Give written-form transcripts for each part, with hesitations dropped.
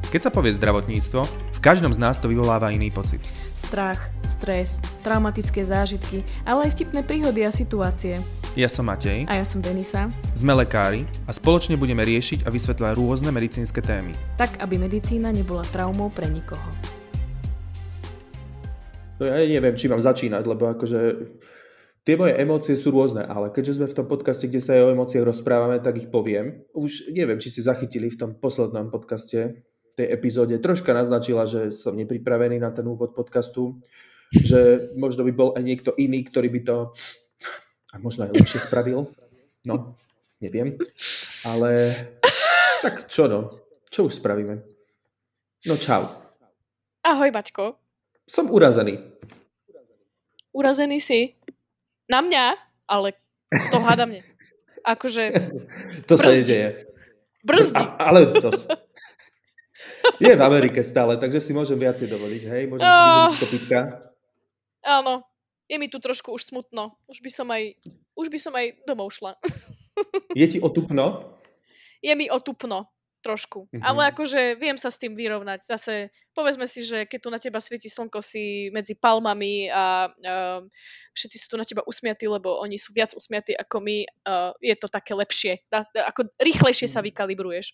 Keď sa povie zdravotníctvo, v každom z nás to vyvoláva iný pocit. Strach, stres, traumatické zážitky, ale aj vtipné príhody a situácie. Ja som Matej. A ja som Denisa. Sme lekári a spoločne budeme riešiť a vysvetľovať rôzne medicínske témy. Tak, aby medicína nebola traumou pre nikoho. No ja neviem, či mám začínať, lebo akože tie moje emócie sú rôzne, ale keďže sme v tom podcaste, kde sa aj o emóciách rozprávame, tak ich poviem. Už neviem, či si zachytili v tom poslednom podcaste, tej epizóde, troška naznačila, že som nepripravený na ten úvod podcastu, že možno by bol aj niekto iný, ktorý by to a možno aj lepšie spravil. No, neviem. Ale tak čo no? Čo už spravíme? No čau. Ahoj, Maťko. Som urazený. Urazený si? Na mňa? Ale to hádam nie. Akože... To sa nedeje. Brzdi. Ale dosť. Je v Amerike stále, takže si môžem viacej dovoliť, hej? Môžem si vyhodiť z kopítka. Áno. Je mi tu trošku už smutno. Už by som aj domov šla. Je ti otupno? Je mi otupno. Trošku. Ale akože viem sa s tým vyrovnať. Zase povedzme si, že keď tu na teba svieti slnko, si medzi palmami a všetci sú tu na teba usmiatí, lebo oni sú viac usmiatí ako my. Je to také lepšie. Ako rýchlejšie sa vykalibruješ.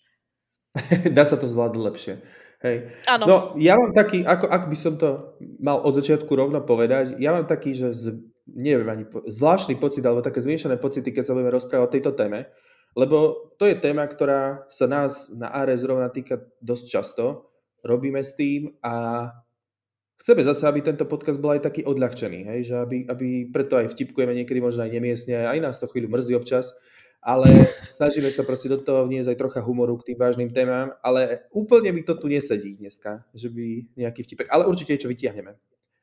Dá sa to zvládať lepšie. Hej. Áno. No, ja mám taký, ak by som to mal od začiatku rovno povedať, ja mám taký, že neviem ani, zvláštny pocit, alebo také zmiešané pocity, keď sa budeme rozprávať o tejto téme, lebo to je téma, ktorá sa nás na ARE zrovna týka dosť často, robíme s tým a chceme zase, aby tento podcast bol aj taký odľahčený, hej? Že aby preto aj vtipkujeme niekedy možno aj nemiestne, aj nás to chvíľu mrzí občas, ale snažíme sa proste do toho vniesť aj trocha humoru k tým vážnym témam, ale úplne mi to tu nesedí dneska, že by nejaký vtipek, ale určite čo vytiahneme.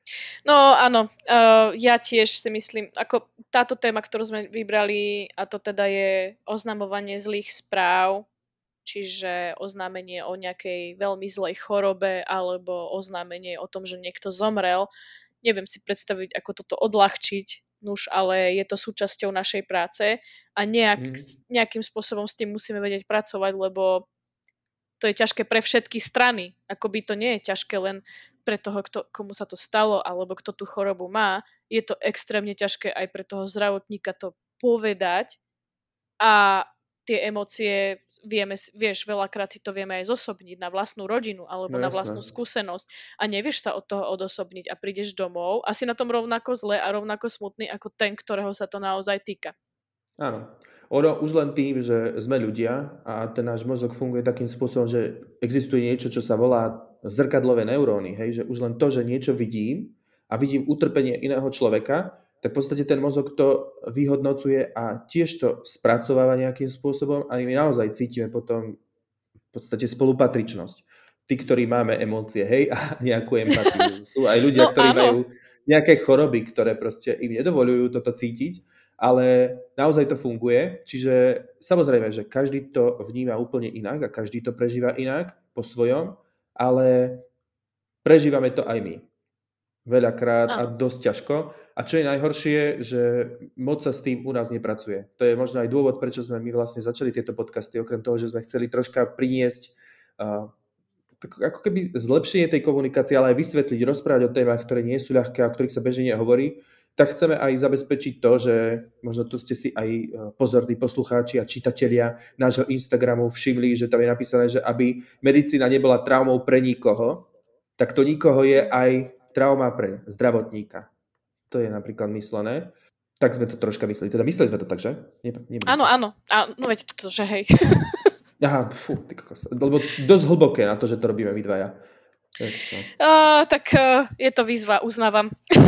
No áno, ja tiež si myslím, ako táto téma, ktorú sme vybrali, a to teda je oznamovanie zlých správ, čiže oznámenie o nejakej veľmi zlej chorobe alebo oznámenie o tom, že niekto zomrel. Neviem si predstaviť, ako toto odľahčiť, nuž, ale je to súčasťou našej práce a nejakým spôsobom s tým musíme vedieť pracovať, lebo to je ťažké pre všetky strany. Akoby to nie je ťažké len pre toho, komu sa to stalo alebo kto tú chorobu má. Je to extrémne ťažké aj pre toho zdravotníka to povedať a tie emócie vieš, veľakrát si to vieme aj zosobniť na vlastnú rodinu alebo na vlastnú skúsenosť a nevieš sa od toho odosobniť a prídeš domov a si na tom rovnako zle a rovnako smutný ako ten, ktorého sa to naozaj týka. Áno. Ono už len tým, že sme ľudia a ten náš mozog funguje takým spôsobom, že existuje niečo, čo sa volá zrkadlové neuróny, hej? Že už len to, že niečo vidím a vidím utrpenie iného človeka, tak v podstate ten mozog to vyhodnocuje a tiež to spracováva nejakým spôsobom a my naozaj cítime potom v podstate spolupatričnosť. Tí, ktorí máme emócie, hej, a nejakú empatiu. Sú aj ľudia, ktorí majú nejaké choroby, ktoré proste im nedovoľujú toto cítiť, ale naozaj to funguje. Čiže samozrejme, že každý to vníma úplne inak a každý to prežíva inak po svojom, ale prežívame to aj my. Veľakrát a dosť ťažko. A čo je najhoršie, že moc sa s tým u nás nepracuje. To je možno aj dôvod, prečo sme my vlastne začali tieto podcasty, okrem toho, že sme chceli troška priniesť ako keby zlepšenie tej komunikácie, ale aj vysvetliť, rozprávať o témach, ktoré nie sú ľahké a o ktorých sa bežne nehovorí, tak chceme aj zabezpečiť to, že možno tu ste si aj pozorní poslucháči a čitatelia nášho Instagramu všimli, že tam je napísané, že aby medicína nebola traumou pre nikoho, tak to nikoho je aj trauma pre zdravotníka. To je napríklad myslené. Tak sme to troška mysleli. Teda mysleli sme to tak, že? Áno. No veď toto, že hej. Aha, ty kokos. Lebo dosť hlboké na to, že to robíme my dvaja. Tak je to výzva, uznávam.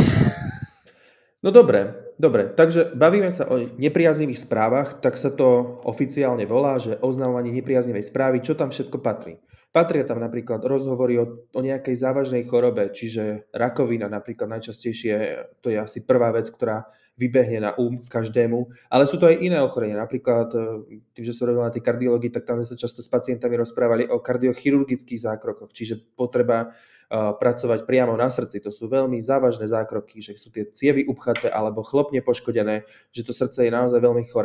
No dobre. Takže bavíme sa o nepriaznivých správach, tak sa to oficiálne volá, že oznamovanie nepriaznivej správy, čo tam všetko patrí. Patria tam napríklad rozhovory o nejakej závažnej chorobe, čiže rakovina napríklad najčastejšie, to je asi prvá vec, ktorá vybehne na každému, ale sú to aj iné ochorenia, napríklad tým, že som robil na tej kardiológii, tak tam sa často s pacientami rozprávali o kardiochirurgických zákrokoch, čiže potreba pracovať priamo na srdci. To sú veľmi závažné zákroky, že sú tie cievy upchaté alebo chlopne poškodené, že to srdce je naozaj veľmi choré.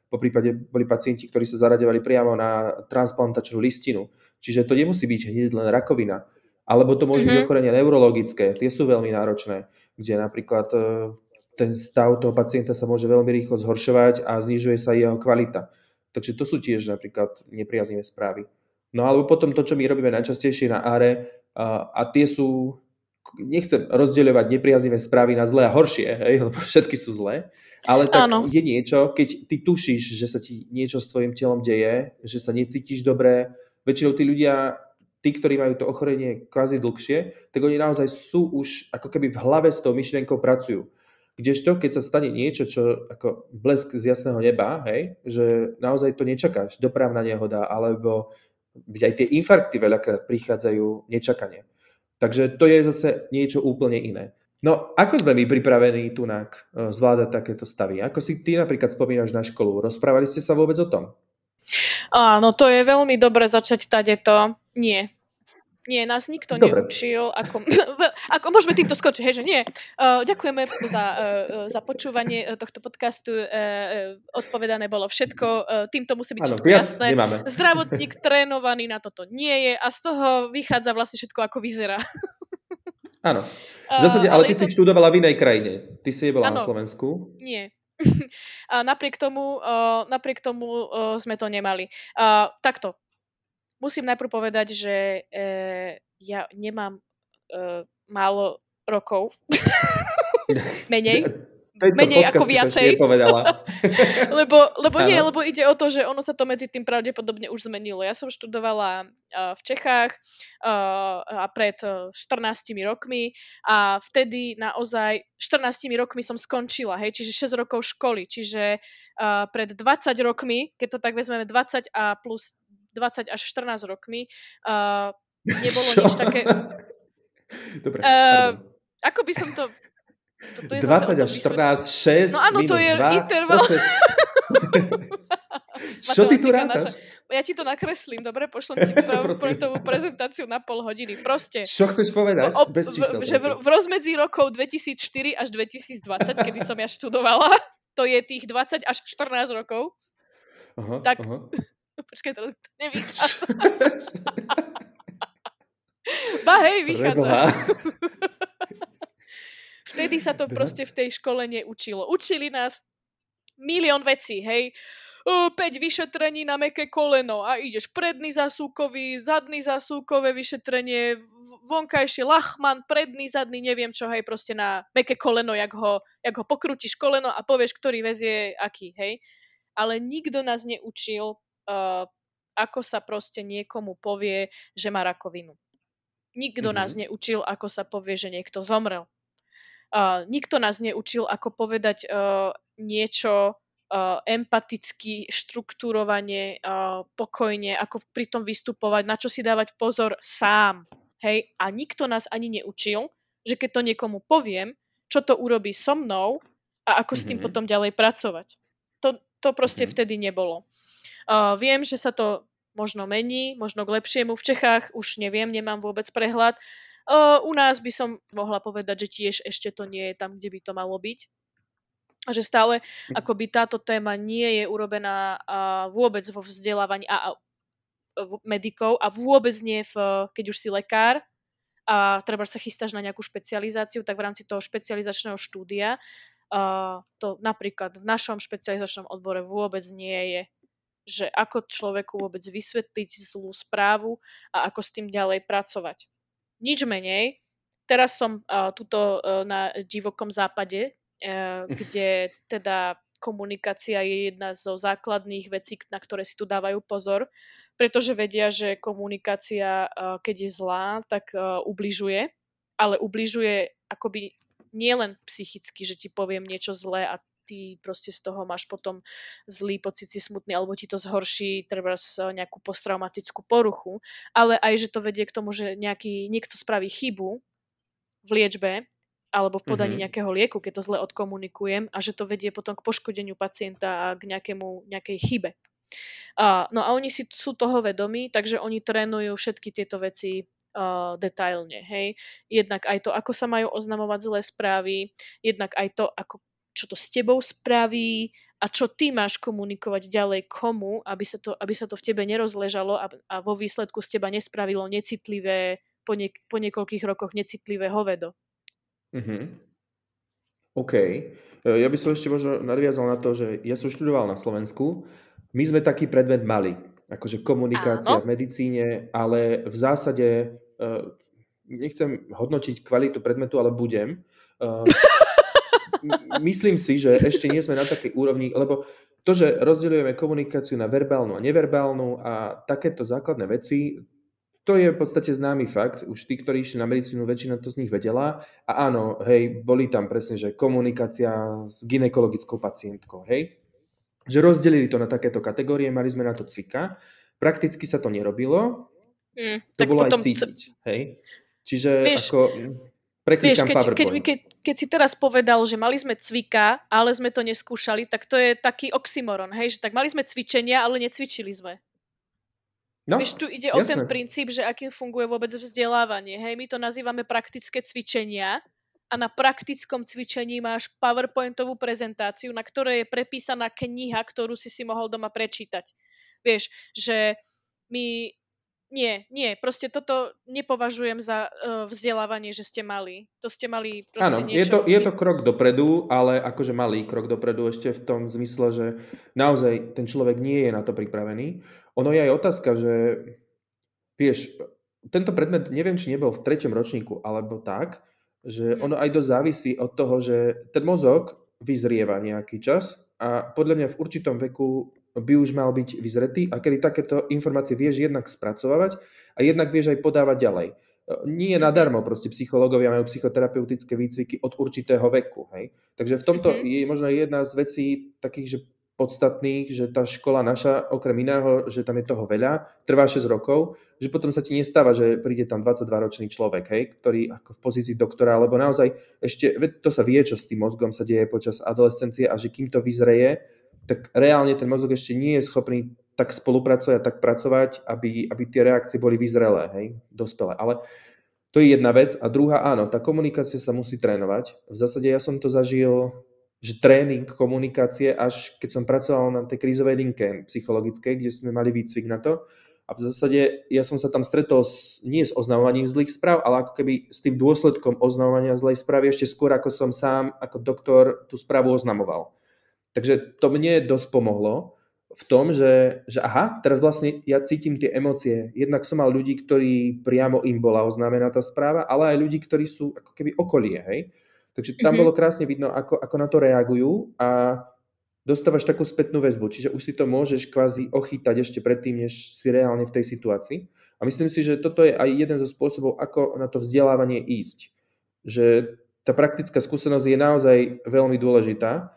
poprípade boli pacienti, ktorí sa zaraďovali priamo na transplantačnú listinu. Čiže to nemusí byť hneď len rakovina. Alebo to môžu byť ochorenia neurologické, tie sú veľmi náročné, kde napríklad ten stav toho pacienta sa môže veľmi rýchlo zhoršovať a znižuje sa jeho kvalita. Takže to sú tiež napríklad nepriaznivé správy. No alebo potom to, čo my robíme najčastejšie na ARE, a tie sú, nechcem rozdeľovať nepriaznivé správy na zlé a horšie, hej, lebo všetky sú zlé, ale tak je niečo, keď ty tušíš, že sa ti niečo s tvojim telom deje, že sa necítiš dobre, väčšinou tí, ktorí majú to ochorenie kvázi dlhšie, tak oni naozaj sú už ako keby v hlave s tou myšlienkou pracujú. Kdežto, keď sa stane niečo, čo ako blesk z jasného neba, hej, že naozaj to nečakáš, dopravná nehoda, alebo aj tie infarkty veľakrát prichádzajú nečakane. Takže to je zase niečo úplne iné. No, ako sme my pripravení tunak zvládať takéto stavy? Ako si ty napríklad spomínaš na školu? Rozprávali ste sa vôbec o tom? Áno, to je veľmi dobre začať tadeto. Nie, nás nikto neučil. Ako môžeme týmto skočiť, hej, že nie. Ďakujeme za počúvanie tohto podcastu. Odpovedané bolo všetko. Týmto musí byť všetko jasné. Nemáme. Zdravotník trénovaný na toto nie je a z toho vychádza vlastne všetko, ako vyzerá. Áno. V zásade, ale ty si študovala v inej krajine. Ty si nebola na Slovensku. Nie. A napriek tomu sme to nemali. Takto. Musím najprv povedať, že ja nemám málo rokov. Menej ako viacej. lebo ide o to, že ono sa to medzi tým pravdepodobne už zmenilo. Ja som študovala v Čechách a pred 14 rokmi a vtedy naozaj 14 rokmi som skončila, hej, čiže 6 rokov školy, čiže pred 20 rokmi, keď to tak vezmeme 20 a plus 20 až 14 rokmi, nebolo nič také... Dobre, ako by som to... 20 až 14, 6, no áno, to je 2, interval. Čo ty tu rátaš? Ja ti to nakreslím, dobre? Pošlem ti projektovú prezentáciu na pol hodiny. Proste. Čo chceš povedať? Bez čísla. V rozmedzi rokov 2004 až 2020, kedy som ja študovala, to je tých 20 až 14 rokov. Tak, počkaj, to nevychádza. Hej, vychádza. Vtedy sa to proste v tej škole neučilo. Učili nás milión vecí, hej. 5 vyšetrení na mäkké koleno a ideš predný zasúkový, zadný zasúkové vyšetrenie, vonkajšie lachman, predný, zadný, neviem čo, hej, proste na mäkké koleno, jak ho pokrútiš koleno a povieš, ktorý väz je aký, hej. Ale nikto nás neučil, ako sa proste niekomu povie, že má rakovinu. Nikto nás neučil, ako sa povie, že niekto zomrel. Nikto nás neučil, ako povedať niečo empaticky, štruktúrovane, pokojne, ako pri tom vystupovať, na čo si dávať pozor sám. Hej? A nikto nás ani neučil, že keď to niekomu poviem, čo to urobí so mnou a ako s tým potom ďalej pracovať. To proste vtedy nebolo. Viem, že sa to možno mení, možno k lepšiemu. V Čechách už neviem, nemám vôbec prehľad. U nás by som mohla povedať, že tiež ešte to nie je tam, kde by to malo byť. A že stále akoby táto téma nie je urobená vôbec vo vzdelávaní medikov a vôbec nie, keď už si lekár a treba sa chystáš na nejakú špecializáciu, tak v rámci toho špecializačného štúdia to napríklad v našom špecializačnom odbore vôbec nie je, že ako človeku vôbec vysvetliť zlú správu a ako s tým ďalej pracovať. Nič menej. Teraz som tuto na divokom západe, kde teda komunikácia je jedna zo základných vecí, na ktoré si tu dávajú pozor, pretože vedia, že komunikácia, keď je zlá, tak ubližuje, ale ubližuje akoby nielen psychicky, že ti poviem niečo zlé a ty proste z toho máš potom zlý pocit, si smutný, alebo ti to zhorší trebárs nejakú posttraumatickú poruchu, ale aj, že to vedie k tomu, že niekto spraví chybu v liečbe alebo v podaní nejakého lieku, keď to zle odkomunikujem a že to vedie potom k poškodeniu pacienta a k nejakej chybe. No a oni sú toho vedomí, takže oni trénujú všetky tieto veci detailne, hej. Jednak aj to, ako sa majú oznamovať zlé správy, jednak aj to, čo to s tebou spraví, a čo ty máš komunikovať ďalej komu, aby sa to v tebe nerozležalo a vo výsledku z teba nespravilo necitlivé, po niekoľkých rokoch necitlivé hovedo. Mhm. OK. Ja by som ešte možno nadviazal na to, že ja som študoval na Slovensku. My sme taký predmet mali, akože komunikácia Áno. v medicíne, ale v zásade nechcem hodnotiť kvalitu predmetu, ale budem. Myslím si, že ešte nie sme na takej úrovni, lebo to, že rozdeľujeme komunikáciu na verbálnu a neverbálnu a takéto základné veci, to je v podstate známy fakt. Už tí, ktorí išli na medicínu, väčšina to z nich vedela. A áno, hej, boli tam presne, že komunikácia s gynekologickou pacientkou, hej. Že rozdelili to na takéto kategórie, mali sme na to cvika. Prakticky sa to nerobilo. To tak bolo potom aj cítiť, hej. Čiže Vieš- ako preklikám Vieš, PowerPoint. keď si teraz povedal, že mali sme cvika, ale sme to neskúšali, tak to je taký oxymoron, hej, že tak mali sme cvičenia, ale necvičili sme. No, Vieš, tu ide o ten jasné. princíp, že akým funguje vôbec vzdelávanie. Hej, my to nazývame praktické cvičenia a na praktickom cvičení máš PowerPointovú prezentáciu, na ktorej je prepísaná kniha, ktorú si mohol doma prečítať. Vieš, že my... Nie, proste toto nepovažujem za vzdelávanie, že ste mali. To ste mali proste Áno, niečo... je to krok dopredu, ale akože malý krok dopredu ešte v tom zmysle, že naozaj ten človek nie je na to pripravený. Ono je aj otázka, že vieš, tento predmet neviem, či nebol v 3. ročníku, alebo tak, že ono aj dosť závisí od toho, že ten mozog vyzrieva nejaký čas a podľa mňa v určitom veku by už mal byť vyzretý a kedy takéto informácie vieš jednak spracovávať a jednak vieš aj podávať ďalej. Nie nadarmo, proste psychológovia majú psychoterapeutické výcviky od určitého veku. Hej? Takže v tomto je možno jedna z vecí takých, že podstatných, že tá škola naša, okrem iného, že tam je toho veľa, trvá 6 rokov, že potom sa ti nestáva, že príde tam 22-ročný človek, hej, ktorý ako v pozícii doktora, alebo naozaj ešte, to sa vie, čo s tým mozgom sa deje počas adolescencie a že kým to vyzreje, tak reálne ten mozog ešte nie je schopný tak spolupracovať a tak pracovať, aby tie reakcie boli vyzrelé, hej, dospelé. Ale to je jedna vec. A druhá, áno, tá komunikácia sa musí trénovať. V zásade ja som to zažil, že tréning komunikácie, až keď som pracoval na tej krízovej linke psychologickej, kde sme mali výcvik na to. A v zásade ja som sa tam stretol nie s oznamovaním zlých správ, ale ako keby s tým dôsledkom oznamovania zlej správy ešte skôr, ako som sám ako doktor tú správu oznamoval. Takže to mne dosť pomohlo v tom, že aha, teraz vlastne ja cítim tie emócie. Jednak som mal ľudí, ktorí priamo im bola oznámená tá správa, ale aj ľudí, ktorí sú ako keby okolie, hej. Takže tam bolo krásne vidno, ako na to reagujú a dostávaš takú spätnú väzbu. Čiže už si to môžeš kvázi ochytať ešte predtým, než si reálne v tej situácii. A myslím si, že toto je aj jeden zo spôsobov, ako na to vzdelávanie ísť. Že tá praktická skúsenosť je naozaj veľmi dôležitá,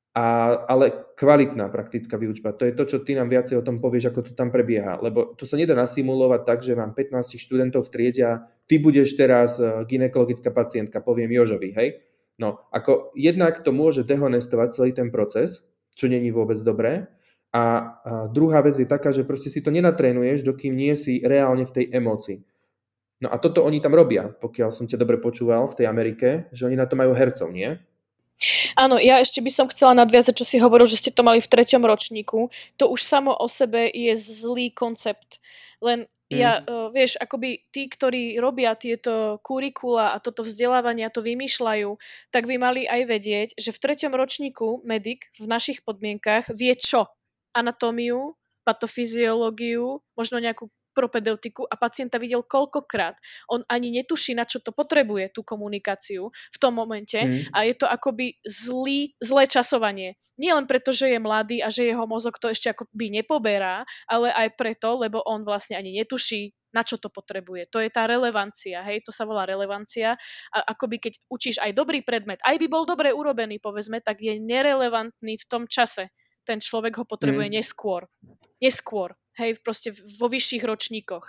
ale kvalitná praktická výučba. To je to, čo ty nám viacej o tom povieš, ako to tam prebieha. Lebo to sa nedá nasimulovať tak, že mám 15 študentov v triede a ty budeš teraz gynekologická pacientka, poviem Jožovi, hej? No, ako jednak to môže dehonestovať celý ten proces, čo není vôbec dobré. A druhá vec je taká, že proste si to nenatrénuješ, dokým nie si reálne v tej emócii. No a toto oni tam robia, pokiaľ som ťa dobre počúval v tej Amerike, že oni na to majú hercov, nie? Áno, ja ešte by som chcela nadviazať, čo si hovoril, že ste to mali v 3. ročníku. To už samo o sebe je zlý koncept. Len vieš, akoby tí, ktorí robia tieto kurikula a toto vzdelávanie a to vymýšľajú, tak by mali aj vedieť, že v 3. ročníku medic v našich podmienkach vie čo? Anatómiu, patofyziológiu, možno nejakú propedeutiku a pacienta videl koľkokrát. On ani netuší, na čo to potrebuje, tú komunikáciu v tom momente a je to akoby zlé časovanie. Nie len preto, že je mladý a že jeho mozog to ešte akoby nepoberá, ale aj preto, lebo on vlastne ani netuší, na čo to potrebuje. To je tá relevancia, hej, to sa volá relevancia a akoby keď učíš aj dobrý predmet, aj by bol dobre urobený, povedzme, tak je nerelevantný v tom čase. Ten človek ho potrebuje neskôr, hej, proste vo vyšších ročníkoch.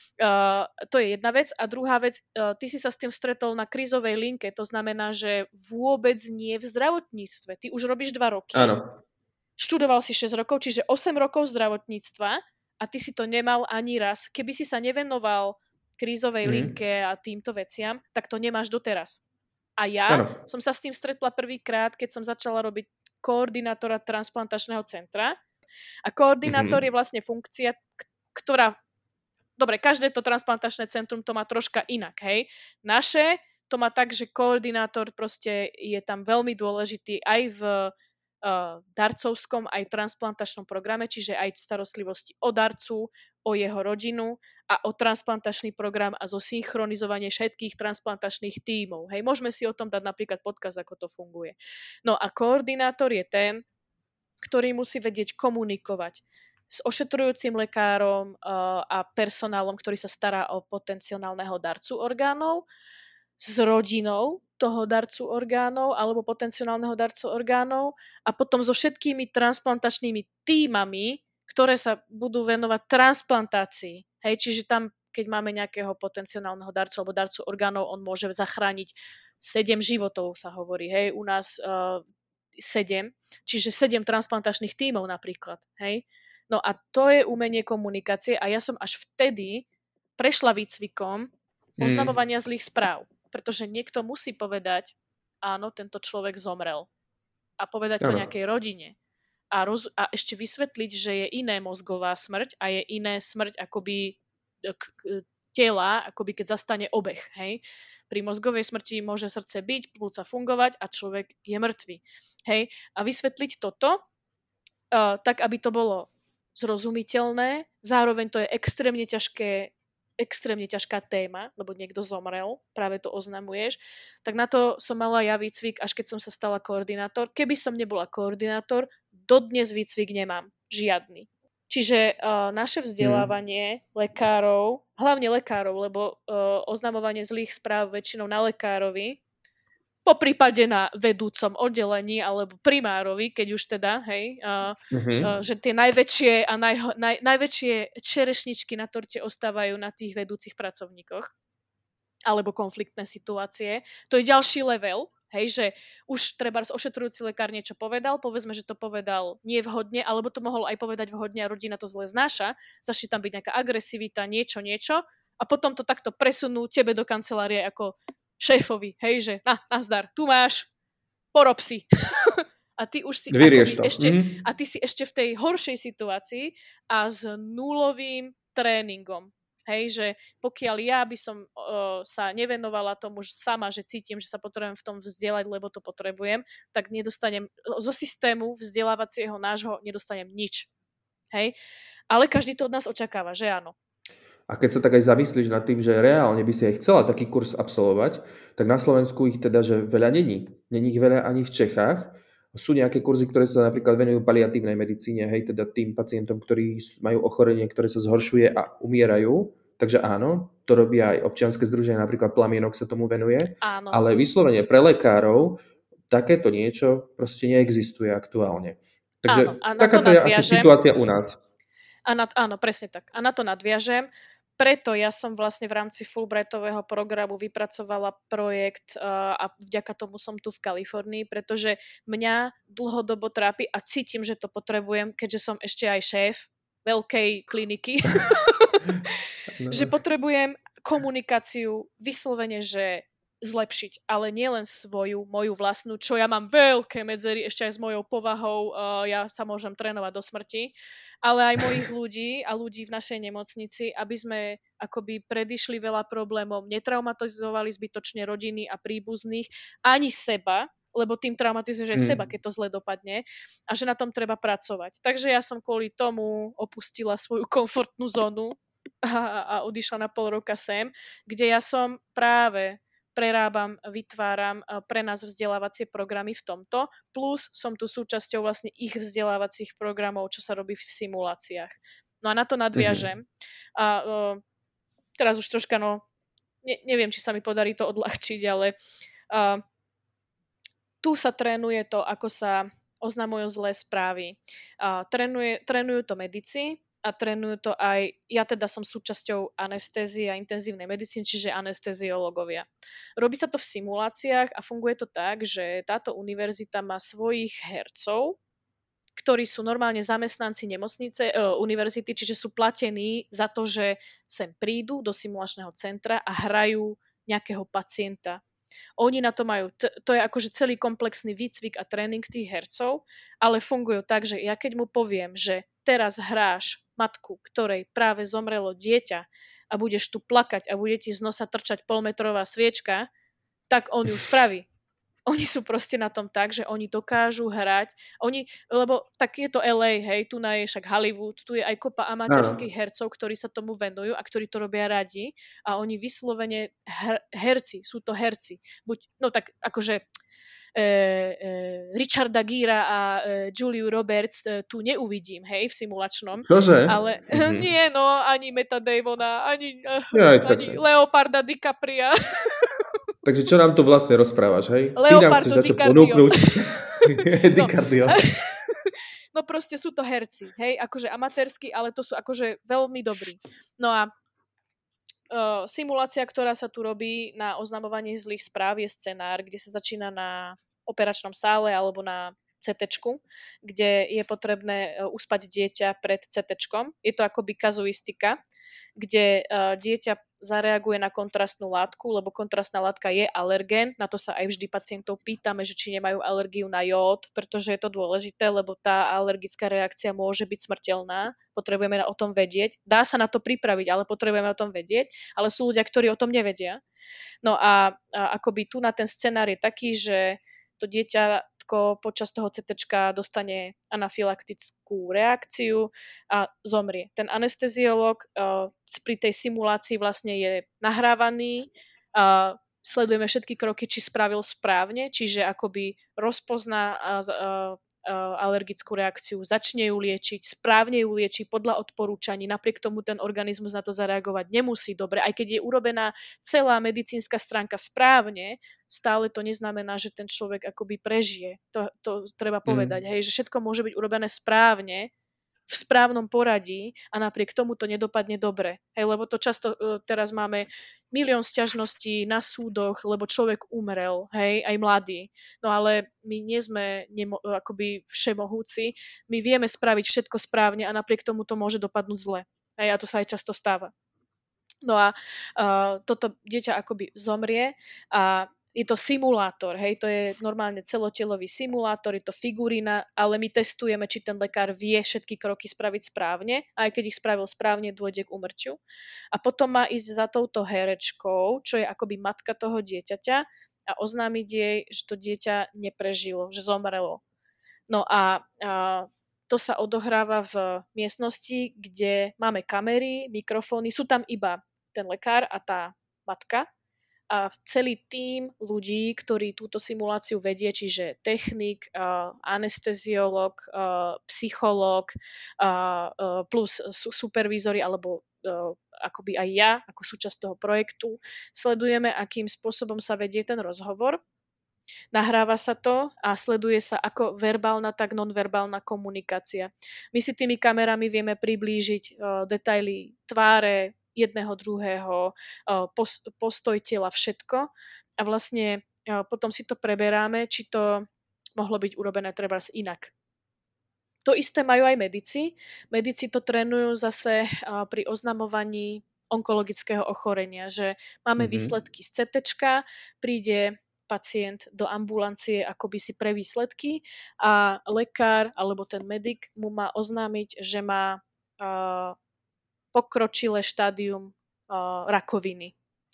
To je jedna vec. A druhá vec, ty si sa s tým stretol na krízovej linke, to znamená, že vôbec nie v zdravotníctve. Ty už robíš 2 roky. Áno. Študoval si 6 rokov, čiže 8 rokov zdravotníctva a ty si to nemal ani raz. Keby si sa nevenoval krízovej linke a týmto veciam, tak to nemáš doteraz. A ja som sa s tým stretla prvýkrát, keď som začala robiť koordinátora transplantačného centra. A koordinátor je vlastne funkcia, ktorá... Dobre, každé to transplantačné centrum to má troška inak, hej. Naše to má tak, že koordinátor proste je tam veľmi dôležitý aj v darcovskom, aj transplantačnom programe, čiže aj v starostlivosti o darcu, o jeho rodinu a o transplantačný program a zo synchronizovanie všetkých transplantačných tímov. Hej, môžeme si o tom dať napríklad podkaz, ako to funguje. No a koordinátor je ten, ktorý musí vedieť komunikovať s ošetrujúcim lekárom a personálom, ktorý sa stará o potenciálneho darcu orgánov, s rodinou toho darcu orgánov alebo potenciálneho darcu orgánov a potom so všetkými transplantačnými tímami, ktoré sa budú venovať transplantácii. Hej, čiže tam, keď máme nejakého potenciálneho darcu alebo darcu orgánov, on môže zachrániť 7 životov, sa hovorí. Hej, u nás 7, čiže 7 transplantačných tímov napríklad. Hej. No a to je umenie komunikácie a ja som až vtedy prešla výcvikom oznamovania zlých správ. Pretože niekto musí povedať, áno, tento človek zomrel. A povedať to nejakej rodine. A ešte vysvetliť, že je iné mozgová smrť a je iné smrť akoby tela, akoby keď zastane obeh. Hej? Pri mozgovej smrti môže srdce byť, plúca fungovať a človek je mŕtvy. Hej? A vysvetliť toto, tak aby to bolo zrozumiteľné, zároveň to je extrémne ťažká téma, lebo niekto zomrel, práve to oznamuješ, tak na to som mala ja výcvik, až keď som sa stala koordinátor. Keby som nebola koordinátor, dodnes výcvik nemám. Žiadny. Čiže naše vzdelávanie lekárov, hlavne lekárov, lebo oznamovanie zlých správ väčšinou na lekárovi, poprípade na vedúcom oddelení alebo primárovi, keď už teda, hej, že tie najväčšie a najväčšie čerešničky na torte ostávajú na tých vedúcich pracovníkoch alebo konfliktné situácie. To je ďalší level, hej, že už trebárs ošetrujúci lekár niečo povedal, povedzme, že to povedal nevhodne, alebo to mohol aj povedať vhodne a rodina to zle znáša, začne tam byť nejaká agresivita, niečo a potom to takto presunú tebe do kancelárie ako šéfovi, hej, že nazdar, tu máš, porob si. A ty už si a ty si ešte v tej horšej situácii a s nulovým tréningom. Hej, že pokiaľ ja by som sa nevenovala tomu sama, že cítim, že sa potrebujem v tom vzdelať, lebo to potrebujem, tak nedostanem zo systému vzdelávacieho nášho nedostanem nič. Hej? Ale každý to od nás očakáva, že áno. A keď sa tak aj zamyslíš nad tým, že reálne by si aj chcela taký kurz absolvovať, tak na Slovensku ich teda, že veľa není. Není ich veľa ani v Čechách. Sú nejaké kurzy, ktoré sa napríklad venujú paliatívnej medicíne, hej, teda tým pacientom, ktorí majú ochorenie, ktoré sa zhoršuje a umierajú. Takže áno, to robí aj občianske združenie, napríklad Plamienok sa tomu venuje. Áno. Ale vyslovene pre lekárov takéto niečo proste neexistuje aktuálne. Takže takáto je asi situácia u nás. Áno, presne tak. A na to nadviažem. Preto ja som vlastne v rámci Fulbrightového programu vypracovala projekt a vďaka tomu som tu v Kalifornii, pretože mňa dlhodobo trápi a cítim, že to potrebujem, keďže som ešte aj šéf veľkej kliniky, že potrebujem komunikáciu vyslovene, že zlepšiť, ale nielen moju vlastnú, čo ja mám veľké medzery ešte aj s mojou povahou, ja sa môžem trénovať do smrti, ale aj mojich ľudí a ľudí v našej nemocnici, aby sme akoby predišli veľa problémov, netraumatizovali zbytočne rodiny a príbuzných, ani seba, lebo tým traumatizuješ aj seba, keď to zle dopadne a že na tom treba pracovať. Takže ja som kvôli tomu opustila svoju komfortnú zónu a odišla na pol roka sem, kde ja som práve prerábam, vytváram pre nás vzdelávacie programy v tomto, plus som tu súčasťou vlastne ich vzdelávacích programov, čo sa robí v simuláciách. No a na to nadviažem. A teraz už troška, neviem, či sa mi podarí to odľahčiť, ale tu sa trénuje to, ako sa oznamujú zlé správy. Trénujú to medici, a trénujú to aj, ja teda som súčasťou anestézie a intenzívnej medicíny, čiže anesteziológovia. Robí sa to v simuláciách a funguje to tak, že táto univerzita má svojich hercov, ktorí sú normálne zamestnanci univerzity, čiže sú platení za to, že sem prídu do simulačného centra a hrajú nejakého pacienta. Oni na to majú, to je akože celý komplexný výcvik a tréning tých hercov, ale fungujú tak, že ja keď mu poviem, že teraz hráš matku, ktorej práve zomrelo dieťa a budeš tu plakať a bude ti z nosa trčať polmetrová sviečka, tak on ju spraví. Oni sú proste na tom tak, že oni dokážu hrať. Lebo tak je to LA, hej, tu je však Hollywood, tu je aj kopa amatérských hercov, ktorí sa tomu venujú a ktorí to robia radi a oni vyslovene herci, sú to herci. No tak akože Richarda Gera a Juliu Roberts tu neuvidím, hej, v simulačnom. Čože? Ale nie, no, ani Metta Damona, ani takže. Leoparda DiCapria. Takže čo nám tu vlastne rozprávaš, hej? Leopardo Ty nám chceš dačo ponúknuť. DiCaprio. No proste sú to herci, hej, akože amatérsky, ale to sú akože veľmi dobrí. No a simulácia, ktorá sa tu robí na oznamovanie zlých správ, je scenár, kde sa začína na operačnom sále alebo na CT-čku, kde je potrebné uspať dieťa pred CT-čkom. Je to akoby kazuistika, kde dieťa zareaguje na kontrastnú látku, lebo kontrastná látka je alergén. Na to sa aj vždy pacientov pýtame, že či nemajú alergiu na jód, pretože je to dôležité, lebo tá alergická reakcia môže byť smrteľná. Potrebujeme o tom vedieť. Dá sa na to pripraviť, ale potrebujeme o tom vedieť. Ale sú ľudia, ktorí o tom nevedia. No a akoby tu na ten scenár je taký, že to dieťa počas toho CT-čka dostane anafylaktickú reakciu a zomrie. Ten anesteziológ pri tej simulácii vlastne je nahrávaný, sledujeme všetky kroky, či spravil správne, čiže akoby rozpozná alergickú reakciu, začne ju liečiť, správne ju lieči podľa odporúčaní, napriek tomu ten organizmus na to zareagovať nemusí dobre, aj keď je urobená celá medicínska stránka správne, stále to neznamená, že ten človek akoby prežije. To treba povedať, hej, že všetko môže byť urobené správne, v správnom poradí a napriek tomu to nedopadne dobre. Hej, lebo to často teraz máme milión sťažností na súdoch, lebo človek umrel, hej, aj mladý. No ale my nie sme akoby všemohúci, my vieme spraviť všetko správne a napriek tomu to môže dopadnúť zle. Hej, a to sa aj často stáva. No a toto dieťa akoby zomrie a je to simulátor, hej, to je normálne celotelový simulátor, je to figurína, ale my testujeme, či ten lekár vie všetky kroky spraviť správne a aj keď ich spravil správne, dôjde k úmrtiu. A potom má ísť za touto herečkou, čo je akoby matka toho dieťaťa a oznámiť jej, že to dieťa neprežilo, že zomrelo. No a to sa odohráva v miestnosti, kde máme kamery, mikrofóny, sú tam iba ten lekár a tá matka, a celý tím ľudí, ktorí túto simuláciu vedie, čiže technik, anesteziolog, psychológ, plus supervízory, alebo akoby aj ja, ako súčasť toho projektu, sledujeme, akým spôsobom sa vedie ten rozhovor. Nahráva sa to a sleduje sa ako verbálna, tak nonverbálna komunikácia. My si tými kamerami vieme priblížiť detaily tváre, jedného, druhého, postoj tela, všetko. A vlastne potom si to preberáme, či to mohlo byť urobené trebárs inak. To isté majú aj medici. Medici to trénujú zase pri oznamovaní onkologického ochorenia, že máme výsledky z CT-čka, príde pacient do ambulancie akoby si pre výsledky a lekár alebo ten medic mu má oznámiť, že má pokročilé štádium rakoviny.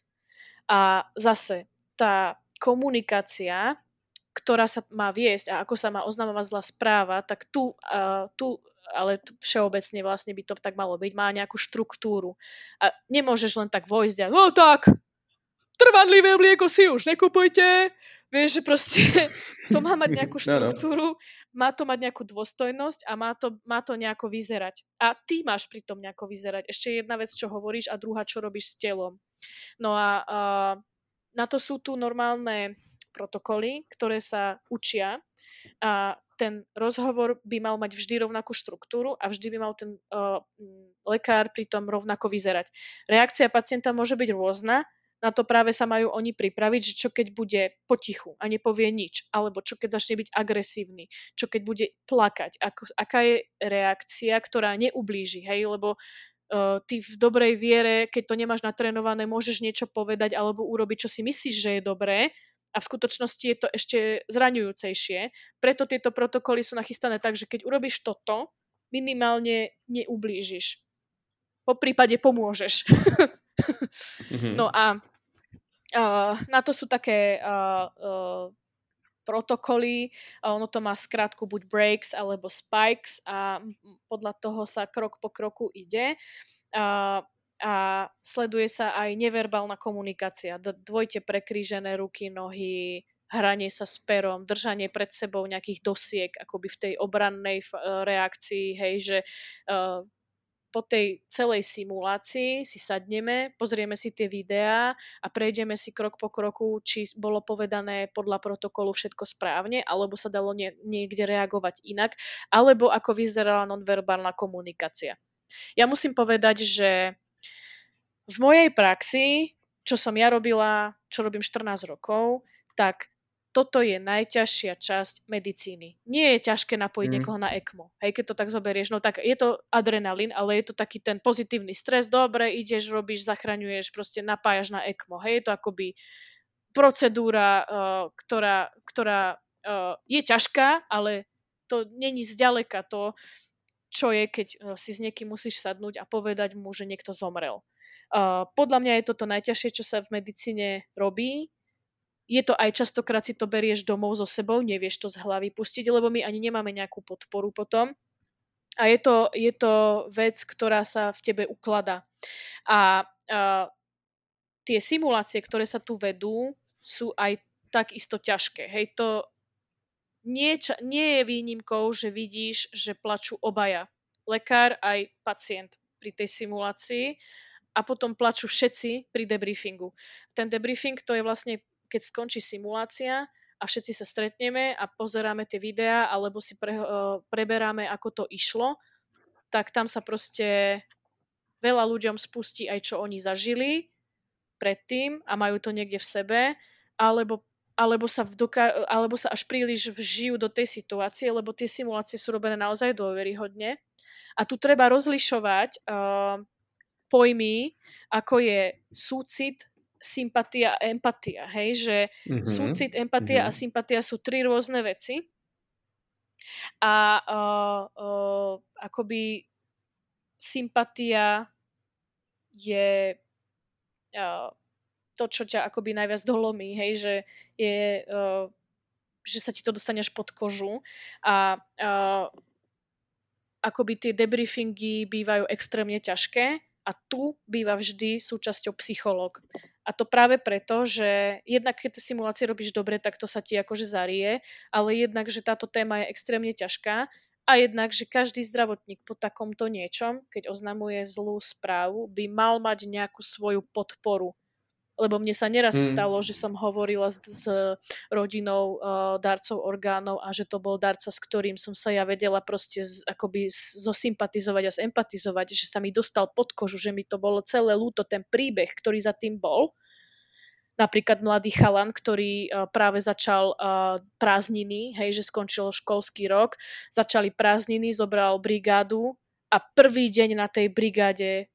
A zase tá komunikácia, ktorá sa má viesť a ako sa má oznamovať zlá správa, tak tu ale všeobecne vlastne by to tak malo byť, má nejakú štruktúru. A nemôžeš len tak vojsť a no tak, trvanlivé mlieko si už nekupujte. Vieš, že proste to má mať nejakú štruktúru, má to mať nejakú dôstojnosť a má to nejako vyzerať. A ty máš pri tom nejako vyzerať. Ešte jedna vec, čo hovoríš a druhá, čo robíš s telom. No a na to sú tu normálne protokoly, ktoré sa učia a ten rozhovor by mal mať vždy rovnakú štruktúru a vždy by mal ten lekár pri tom rovnako vyzerať. Reakcia pacienta môže byť rôzna, na to práve sa majú oni pripraviť, že čo keď bude potichu a nepovie nič, alebo čo keď začne byť agresívny, čo keď bude plakať, aká je reakcia, ktorá neublíži, hej, lebo ty v dobrej viere, keď to nemáš natrénované, môžeš niečo povedať alebo urobiť, čo si myslíš, že je dobré A v skutočnosti je to ešte zraňujúcejšie. Preto tieto protokoly sú nachystané tak, že keď urobíš toto, minimálne neublížiš. Po prípade pomôžeš. No a na to sú také protokoly, ono to má skratku buď breaks alebo spikes a podľa toho sa krok po kroku ide. A sleduje sa aj neverbálna komunikácia. Dvojte prekrížené ruky, nohy, hranie sa s perom, držanie pred sebou nejakých dosiek, akoby v tej obrannej reakcii, hej, že po tej celej simulácii si sadneme, pozrieme si tie videá a prejdeme si krok po kroku, či bolo povedané podľa protokolu všetko správne, alebo sa dalo niekde reagovať inak, alebo ako vyzerala nonverbálna komunikácia. Ja musím povedať, že v mojej praxi, čo som ja robila, čo robím 14 rokov, tak toto je najťažšia časť medicíny. Nie je ťažké napojiť niekoho na ECMO. Hej, keď to tak zoberieš, no tak je to adrenalín, ale je to taký ten pozitívny stres. Dobre, ideš, robíš, zachraňuješ, proste napájaš na ECMO. Hej, je to akoby procedúra, ktorá je ťažká, ale to není zďaleka to, čo je, keď si s niekým musíš sadnúť a povedať mu, že niekto zomrel. Podľa mňa je toto najťažšie, čo sa v medicíne robí. Je to aj častokrát si to berieš domov so sebou, nevieš to z hlavy pustiť, lebo my ani nemáme nejakú podporu potom. A je to vec, ktorá sa v tebe ukladá. A tie simulácie, ktoré sa tu vedú, sú aj takisto ťažké. Hej, to nie je výnimkou, že vidíš, že plačú obaja. Lekár aj pacient pri tej simulácii a potom plačú všetci pri debriefingu. Ten debriefing to je vlastne, keď skončí simulácia a všetci sa stretneme a pozeráme tie videá alebo si preberáme, ako to išlo, tak tam sa proste veľa ľuďom spustí aj, čo oni zažili predtým a majú to niekde v sebe, alebo sa až príliš vžijú do tej situácie, lebo tie simulácie sú robené naozaj dôveryhodne. A tu treba rozlišovať pojmy, ako je súcit, sympatia a empatia. Hej, že súcit, empatia a sympatia sú 3 rôzne veci. A akoby sympatia je to, čo ťa akoby najviac dolomí, hej, že sa ti to dostane až pod kožu a akoby tie debriefingy bývajú extrémne ťažké a tu býva vždy súčasťou psychológ. A to práve preto, že jednak keď tie simulácie robíš dobre, tak to sa ti akože zarie, ale jednak, že táto téma je extrémne ťažká a jednak, že každý zdravotník po takomto niečom, keď oznamuje zlú správu, by mal mať nejakú svoju podporu. Lebo mne sa neraz stalo, že som hovorila s rodinou darcov orgánov a že to bol darca, s ktorým som sa ja vedela proste akoby zosympatizovať a zempatizovať, že sa mi dostal pod kožu, že mi to bolo celé ľúto, ten príbeh, ktorý za tým bol. Napríklad mladý chalan, ktorý práve začal prázdniny, hej, že skončil školský rok, začali prázdniny, zobral brigádu a prvý deň na tej brigáde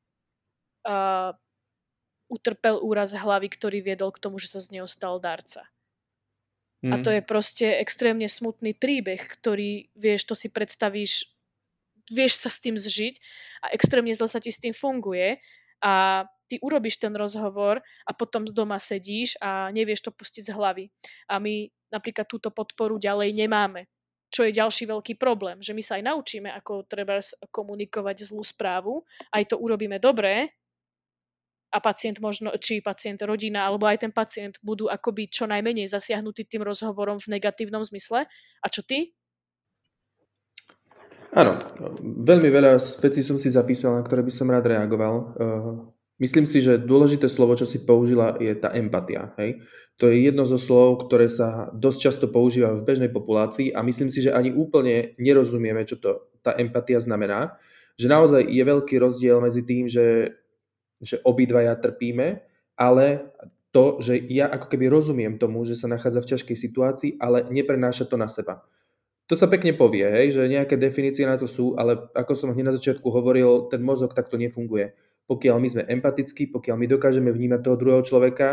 utrpel úraz hlavy, ktorý viedol k tomu, že sa z neho stal darca. A to je proste extrémne smutný príbeh, ktorý, vieš, to si predstavíš, vieš sa s tým zžiť a extrémne zle sa ti s tým funguje a ty urobíš ten rozhovor a potom doma sedíš a nevieš to pustiť z hlavy. A my napríklad túto podporu ďalej nemáme. Čo je ďalší veľký problém, že my sa aj naučíme, ako treba komunikovať zlú správu, aj to urobíme dobre, a pacient možno, či pacient, rodina, alebo aj ten pacient budú akoby čo najmenej zasiahnutí tým rozhovorom v negatívnom zmysle. A čo ty? Áno, veľmi veľa vecí som si zapísal, na ktoré by som rád reagoval. Myslím si, že dôležité slovo, čo si použila, je tá empatia. Hej? To je jedno zo slov, ktoré sa dosť často používa v bežnej populácii a myslím si, že ani úplne nerozumieme, čo tá empatia znamená. Že naozaj je veľký rozdiel medzi tým, že obidvaja trpíme, ale to, že ja ako keby rozumiem tomu, že sa nachádza v ťažkej situácii, ale neprenáša to na seba. To sa pekne povie, hej, že nejaké definície na to sú, ale ako som hneď na začiatku hovoril, ten mozog takto nefunguje. Pokiaľ my sme empatickí, pokiaľ my dokážeme vnímať toho druhého človeka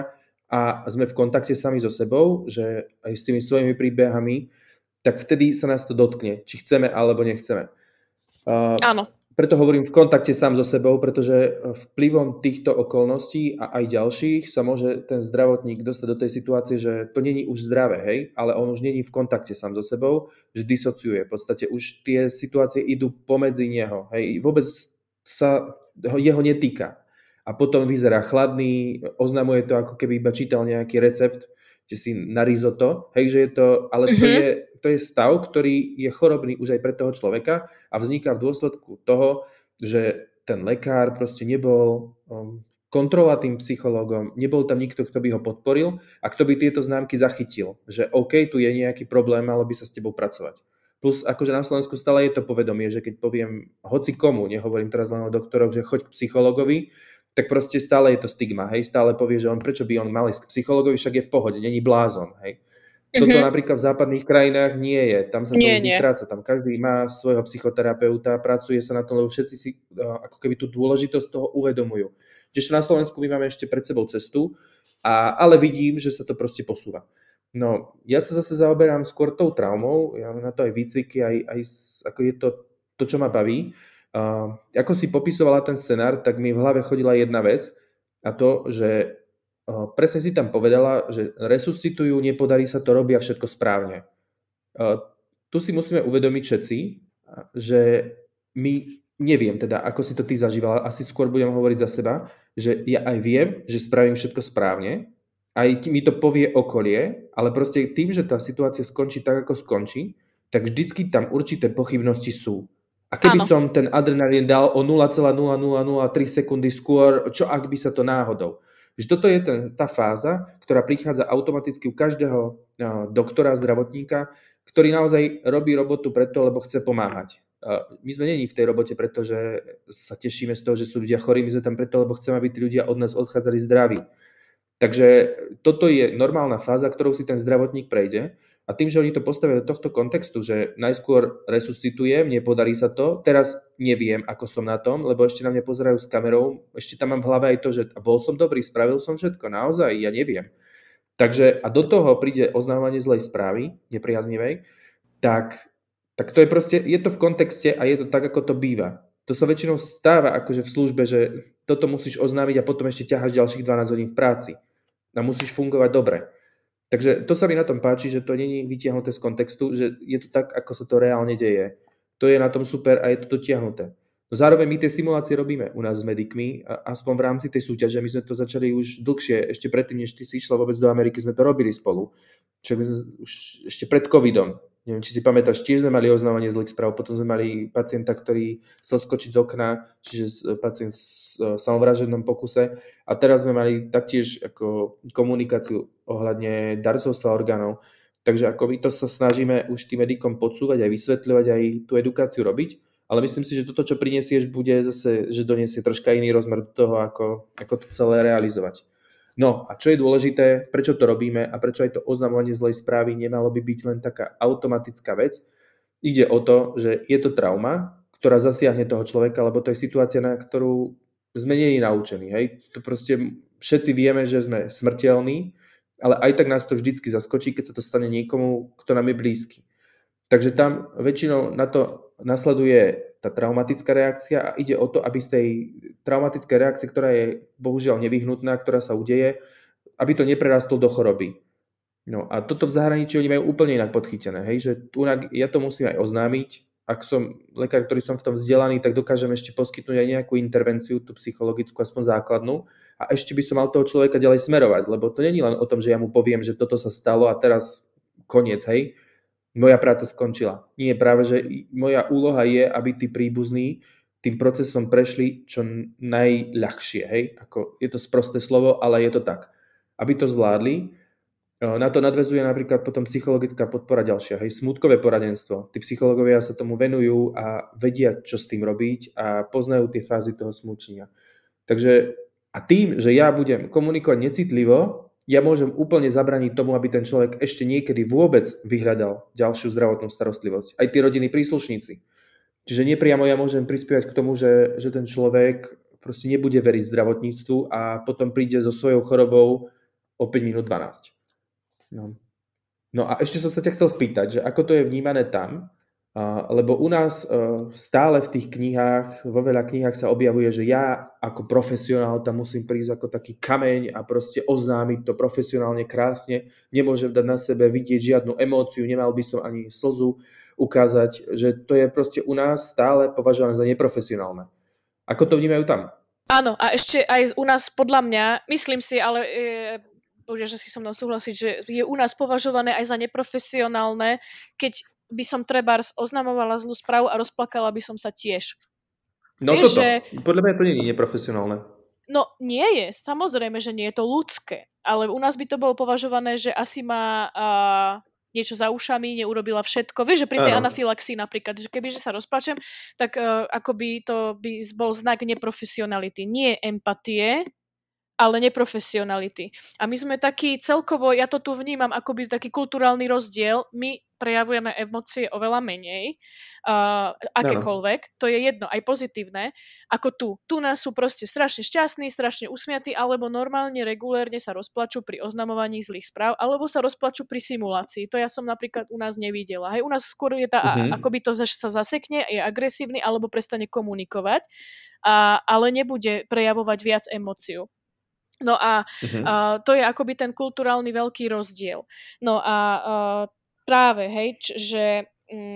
a sme v kontakte sami so sebou, že aj s tými svojimi príbehami, tak vtedy sa nás to dotkne, či chceme alebo nechceme. Áno. Preto hovorím v kontakte sám so sebou, pretože vplyvom týchto okolností a aj ďalších sa môže ten zdravotník dostať do tej situácie, že to není už zdravé, hej, ale on už není v kontakte sám so sebou, že disociuje. V podstate už tie situácie idú pomedzi neho, hej, vôbec sa jeho netýka. A potom vyzerá chladný, oznamuje to, ako keby iba čítal nejaký recept, že si na risotto, hej, že je to, ale to je stav, ktorý je chorobný už aj pre toho človeka a vzniká v dôsledku toho, že ten lekár proste nebol kontrolovať tým psychológom, nebol tam nikto, kto by ho podporil a kto by tieto známky zachytil, že OK, tu je nejaký problém, malo by sa s tebou pracovať. Plus akože na Slovensku stále je to povedomie, že keď poviem hoci komu, nehovorím teraz len o doktoroch, že choď k psychologovi, tak proste stále je to stigma, hej, stále povie, že prečo by on mal ísť k psychologovi, však je v pohode, není blázon, hej. Toto napríklad v západných krajinách nie je, tam sa to už vytráca, tam každý má svojho psychoterapeuta, pracuje sa na tom, lebo všetci si ako keby tú dôležitosť toho uvedomujú. Tiež na Slovensku my máme ešte pred sebou cestu, ale vidím, že sa to proste posúva. No, ja sa zase zaoberám skôr tou traumou, ja mám na to aj výcviky, aj ako je to, čo ma baví. Ako si popisovala ten scenár, tak mi v hlave chodila jedna vec a to, že presne si tam povedala, že resuscitujú, nepodarí sa to, robia všetko správne. Tu si musíme uvedomiť všetci, že my, neviem teda, ako si to ty zažívala, asi skôr budem hovoriť za seba, že ja aj viem, že spravím všetko správne, aj mi to povie okolie, ale proste tým, že tá situácia skončí tak, ako skončí, tak vždycky tam určité pochybnosti sú. A keby som ten adrenalín dal o 0,0003 sekundy skôr, čo ak by sa to náhodou? Že toto je tá fáza, ktorá prichádza automaticky u každého doktora, zdravotníka, ktorý naozaj robí robotu preto, lebo chce pomáhať. My sme není v tej robote, pretože sa tešíme z toho, že sú ľudia chorí, my sme tam preto, lebo chceme, aby tí ľudia od nás odchádzali zdraví. Takže toto je normálna fáza, ktorou si ten zdravotník prejde. A tým, že oni to postavia do tohto kontextu, že najskôr resuscitujem, nepodarí sa to, teraz neviem, ako som na tom, lebo ešte na mňa pozerajú s kamerou, ešte tam mám v hlave aj to, že bol som dobrý, spravil som všetko, naozaj, ja neviem. Takže a do toho príde oznámenie zlej správy, nepriaznivej, tak to je proste, je to v kontexte a je to tak, ako to býva. To sa väčšinou stáva akože v službe, že toto musíš oznámiť a potom ešte ťaháš ďalších 12 hodín v práci. A musíš fungovať dobre. Takže to sa mi na tom páči, že to nie je vytiahnuté z kontextu, že je to tak, ako sa to reálne deje. To je na tom super a je to dotiahnuté. No zároveň my tie simulácie robíme u nás s medikmi, aspoň v rámci tej súťaže. My sme to začali už dlhšie, ešte predtým, než ty si išla vôbec do Ameriky, sme to robili spolu. Čiže my sme už ešte pred covidom. Neviem, či si pamätáš, tiež sme mali oznávanie zlých správ, potom sme mali pacienta, ktorý chcel skočiť z okna, čiže pacient v samovražednom pokuse. A teraz sme mali taktiež ako komunikáciu ohľadne darcovstva orgánov. Takže ako my to sa snažíme už tým medikom podsúvať, aj vysvetľovať, aj tú edukáciu robiť. Ale myslím si, že toto, čo prinesieš, bude zase, že donesie troška iný rozmer do toho, ako to celé realizovať. No a čo je dôležité, prečo to robíme a prečo aj to oznamovanie zlej správy nemalo by byť len taká automatická vec. Ide o to, že je to trauma, ktorá zasiahne toho človeka, lebo to je situácia, na ktorú sme nie naučení. Hej? To proste všetci vieme, že sme smrteľní, ale aj tak nás to vždycky zaskočí, keď sa to stane niekomu, kto nám je blízky. Takže tam väčšinou na to nasleduje tá traumatická reakcia a ide o to, aby z tej traumatickej reakcie, ktorá je bohužiaľ nevyhnutná, ktorá sa udeje, aby to neprerastlo do choroby. No a toto v zahraničí oni majú úplne inak podchytené, hej, že ja to musím aj oznámiť. Ak som lekár, ktorý som v tom vzdelaný, tak dokážem ešte poskytnúť aj nejakú intervenciu, tú psychologickú, aspoň základnú. A ešte by som mal toho človeka ďalej smerovať, lebo to nie je len o tom, že ja mu poviem, že toto sa stalo a teraz koniec, hej. Moja práca skončila. Nie, práve, že moja úloha je, aby tí príbuzní tým procesom prešli čo najľahšie. Hej? Ako, je to sprosté slovo, ale je to tak. Aby to zvládli. Na to nadväzuje napríklad potom psychologická podpora ďalšia. Hej? Smutkové poradenstvo. Tí psychológovia sa tomu venujú a vedia, čo s tým robiť a poznajú tie fázy toho smúčenia. Takže a tým, že ja budem komunikovať necitlivo, ja môžem úplne zabraniť tomu, aby ten človek ešte niekedy vôbec vyhľadal ďalšiu zdravotnú starostlivosť. Aj tí rodinní príslušníci. Čiže nepriamo ja môžem prispievať k tomu, že ten človek proste nebude veriť zdravotníctvu a potom príde so svojou chorobou o 5 minút 12. No a ešte som sa ťa chcel spýtať, že ako to je vnímané tam, lebo u nás stále v tých knihách, vo veľa knihách sa objavuje, že ja ako profesionál tam musím prísť ako taký kameň a proste oznámiť to profesionálne, krásne, nemôžem dať na sebe vidieť žiadnu emóciu, nemal by som ani slzu ukázať, že to je proste u nás stále považované za neprofesionálne. Ako to vnímajú tam? Áno, a ešte aj u nás podľa mňa, myslím si, ale bude, že si so mnou súhlasiť, že je u nás považované aj za neprofesionálne, keď by som trebárs oznamovala zlú správu a rozplakala by som sa tiež. No toto, podľa mňa to nie je neprofesionálne. No nie je, samozrejme, že nie je to ľudské, ale u nás by to bolo považované, že asi má niečo za ušami, neurobila všetko. Vieš, že pri tej anafilaxii napríklad, že kebyže sa rozplačem, tak akoby to by bol znak neprofesionality, nie empatie, ale neprofesionality. A my sme taký celkovo, ja to tu vnímam akoby taký kulturálny rozdiel, my prejavujeme emócie oveľa menej, akékoľvek, to je jedno, aj pozitívne, ako tu. Tu nás sú proste strašne šťastní, strašne usmiatí, alebo normálne, regulérne sa rozplačú pri oznamovaní zlých správ, alebo sa rozplačú pri simulácii. To ja som napríklad u nás nevidela. Hej, u nás skôr je tá, akoby to sa zasekne, je agresívny, alebo prestane komunikovať, ale nebude prejavovať viac emóciu. No a to je akoby ten kulturálny veľký rozdiel. No a práve, hej, že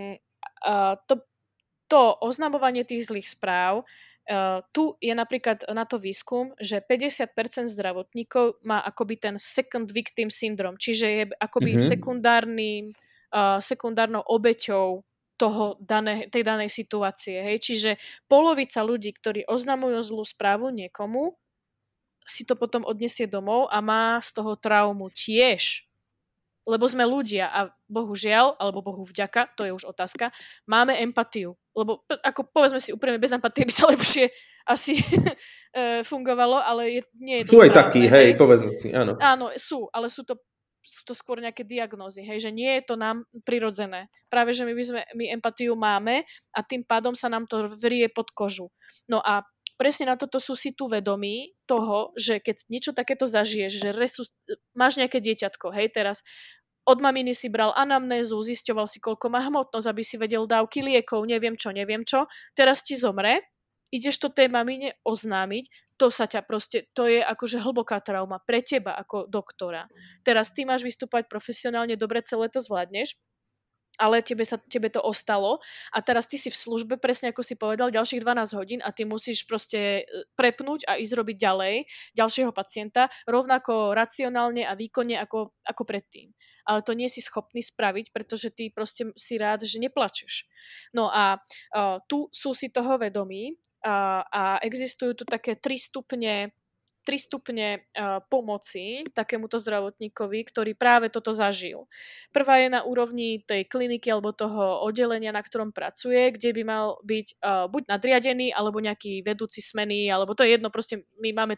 to oznamovanie tých zlých správ, tu je napríklad na to výskum, že 50% zdravotníkov má akoby ten second victim syndrome, čiže je akoby sekundárnou obeťou tej danej situácie. Hej. Čiže polovica ľudí, ktorí oznamujú zlú správu niekomu, si to potom odniesie domov a má z toho traumu tiež. Lebo sme ľudia a bohužiaľ, alebo Bohu vďaka, to je už otázka, máme empatiu. Lebo ako povedzme si úprimne, bez empatie by sa lepšie asi fungovalo, ale nie je to sú správne. Aj takí, hej, povedzme si, áno. Áno, sú, ale sú to skôr nejaké diagnózy, hej, že nie je to nám prirodzené. Práve, že my empatiu máme a tým pádom sa nám to vrie pod kožu. No a presne na toto sú si tu vedomí toho, že keď niečo takéto zažiješ, že máš nejaké dieťatko, hej, teraz od maminy si bral anamnézu, zisťoval si, koľko má hmotnosť, aby si vedel dávky liekov, neviem čo, teraz ti zomre, ideš to tej mamine oznámiť, to je akože hlboká trauma pre teba ako doktora. Teraz ty máš vystúpať profesionálne, dobre, celé to zvládneš, ale tebe to ostalo a teraz ty si v službe, presne ako si povedal, ďalších 12 hodín a ty musíš proste prepnúť a ísť robiť ďalej ďalšieho pacienta rovnako racionálne a výkonne ako predtým. Ale to nie si schopný spraviť, pretože ty proste si rád, že neplačeš. No a tu sú si toho vedomí a existujú tu také 3 stupne pomoci takémuto zdravotníkovi, ktorý práve toto zažil. Prvá je na úrovni tej kliniky alebo toho oddelenia, na ktorom pracuje, kde by mal byť buď nadriadený, alebo nejaký vedúci smeny, alebo to je jedno, proste my máme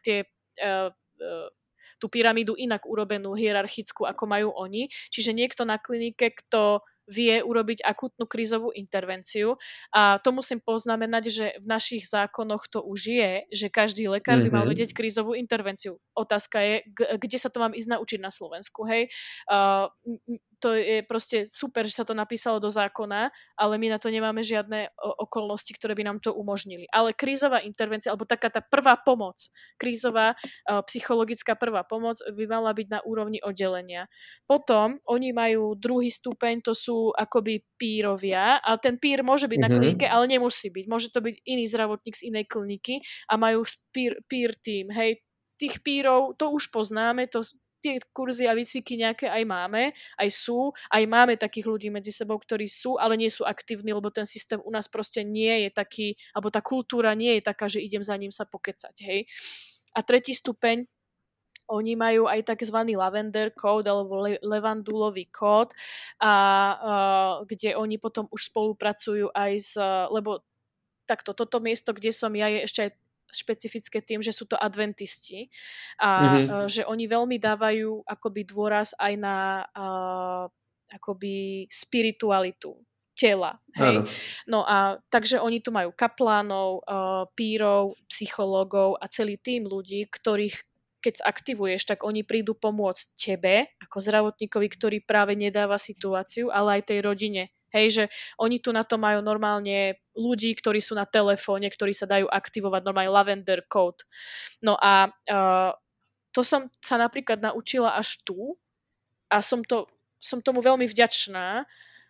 tú pyramídu inak urobenú, hierarchickú, ako majú oni. Čiže niekto na klinike, kto vie urobiť akútnu krízovú intervenciu. A to musím poznamenať, že v našich zákonoch to už je, že každý lekár by mal vedieť krízovú intervenciu. Otázka je, kde sa to mám ísť naučiť na Slovensku, hej? To je proste super, že sa to napísalo do zákona, ale my na to nemáme žiadne okolnosti, ktoré by nám to umožnili. Ale krízová intervencia, alebo taká tá prvá pomoc, krízová psychologická prvá pomoc by mala byť na úrovni oddelenia. Potom oni majú druhý stupeň, to sú akoby pírovia, a ten pír môže byť na klinike, ale nemusí byť. Môže to byť iný zdravotník z inej kliniky a majú pír tým. Hej, tých pírov, to už poznáme, tie kurzy a výcviky nejaké aj máme, aj máme takých ľudí medzi sebou, ktorí sú, ale nie sú aktívni, lebo ten systém u nás proste nie je taký, alebo tá kultúra nie je taká, že idem za ním sa pokecať, hej. A tretí stupeň, oni majú aj takzvaný lavender code alebo levandulový kód, kde oni potom už spolupracujú aj lebo takto, toto miesto, kde som ja, je ešte aj špecifické tým, že sú to adventisti a že oni veľmi dávajú akoby dôraz aj na akoby spiritualitu tela. Hej? No a takže oni tu majú kaplánov, pírov, psychológov a celý tým ľudí, ktorých keď aktivuješ, tak oni prídu pomôcť tebe, ako zdravotníkovi, ktorý práve nedáva situáciu, ale aj tej rodine. Hej, že oni tu na to majú normálne ľudí, ktorí sú na telefóne, ktorí sa dajú aktivovať, normálne lavender code. No a to som sa napríklad naučila až tu a som tomu veľmi vďačná,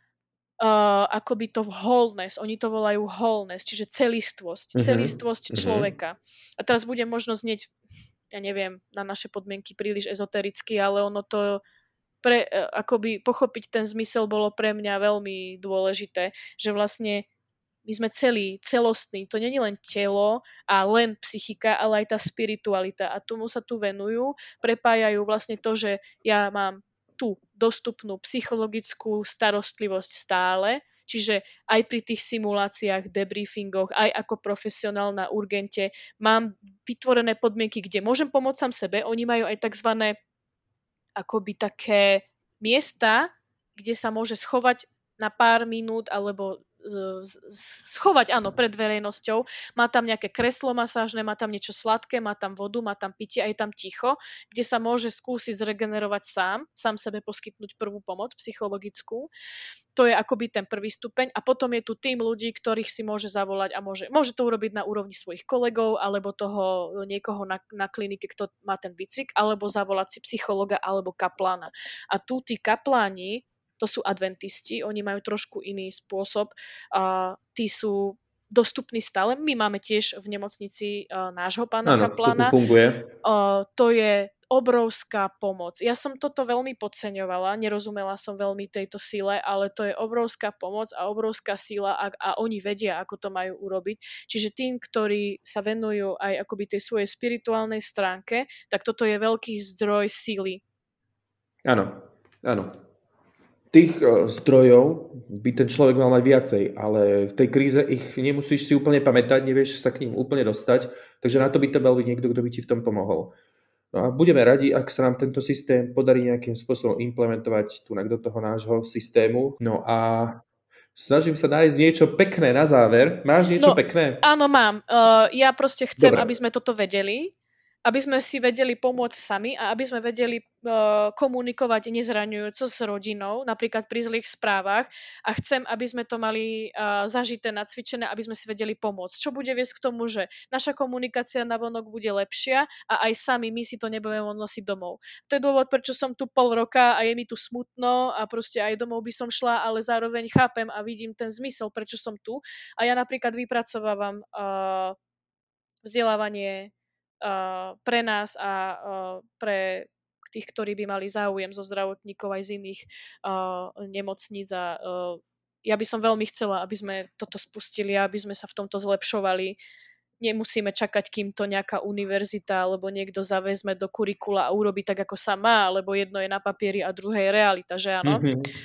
akoby to wholeness, oni to volajú wholeness, čiže celistvosť človeka. A teraz budem možno znieť, ja neviem, na naše podmienky príliš ezotericky, ale ono to akoby pochopiť ten zmysel bolo pre mňa veľmi dôležité, že vlastne my sme celostní. To nie je len telo a len psychika, ale aj tá spiritualita. A tomu sa tu venujú, prepájajú vlastne to, že ja mám tú dostupnú psychologickú starostlivosť stále, čiže aj pri tých simuláciách, debriefingoch, aj ako profesionál na urgente mám vytvorené podmienky, kde môžem pomôcť sám sebe. Oni majú aj takzvané akoby také miesta, kde sa môže schovať na pár minút alebo schovať, áno, pred verejnosťou. Má tam nejaké kreslo masážne, má tam niečo sladké, má tam vodu, má tam pitie a je tam ticho, kde sa môže skúsiť zregenerovať sám sebe poskytnúť prvú pomoc psychologickú. To je akoby ten prvý stupeň a potom je tu tým ľudí, ktorých si môže zavolať a môže to urobiť na úrovni svojich kolegov alebo toho niekoho na klinike, kto má ten výcvik, alebo zavolať si psychologa alebo kaplána. A tu tí kapláni, to sú adventisti, oni majú trošku iný spôsob. Tí sú dostupní stále. My máme tiež v nemocnici nášho pána kaplána. Áno, to funguje. To je obrovská pomoc. Ja som toto veľmi podceňovala, nerozumela som veľmi tejto sile, ale to je obrovská pomoc a obrovská sila a oni vedia, ako to majú urobiť. Čiže tým, ktorí sa venujú aj akoby tej svojej spirituálnej stránke, tak toto je veľký zdroj sily. Áno. Tých zdrojov by ten človek mal mať viacej, ale v tej kríze ich nemusíš si úplne pamätať, nevieš sa k ním úplne dostať, takže na to by to mal byť niekto, kto by ti v tom pomohol. No a budeme radi, ak sa nám tento systém podarí nejakým spôsobom implementovať tu do toho nášho systému. No a snažím sa nájsť niečo pekné na záver. Máš niečo pekné? Áno, mám. Ja proste chcem, aby sme toto vedeli, aby sme si vedeli pomôcť sami a aby sme vedeli komunikovať nezraňujúco s rodinou, napríklad pri zlých správach a chcem, aby sme to mali zažité, nacvičené, aby sme si vedeli pomôcť. Čo bude viesť k tomu, že naša komunikácia navonok bude lepšia a aj sami my si to nebudeme nosiť domov. To je dôvod, prečo som tu pol roka a je mi tu smutno a proste aj domov by som šla, ale zároveň chápem a vidím ten zmysel, prečo som tu. A ja napríklad vypracovávam vzdelávanie pre nás a pre tých, ktorí by mali záujem zo zdravotníkov aj z iných nemocníc a ja by som veľmi chcela, aby sme toto spustili, aby sme sa v tomto zlepšovali. Nemusíme čakať, kým to nejaká univerzita alebo niekto zavezme do kurikula a urobí tak, ako sa má, lebo jedno je na papieri a druhé je realita, že áno?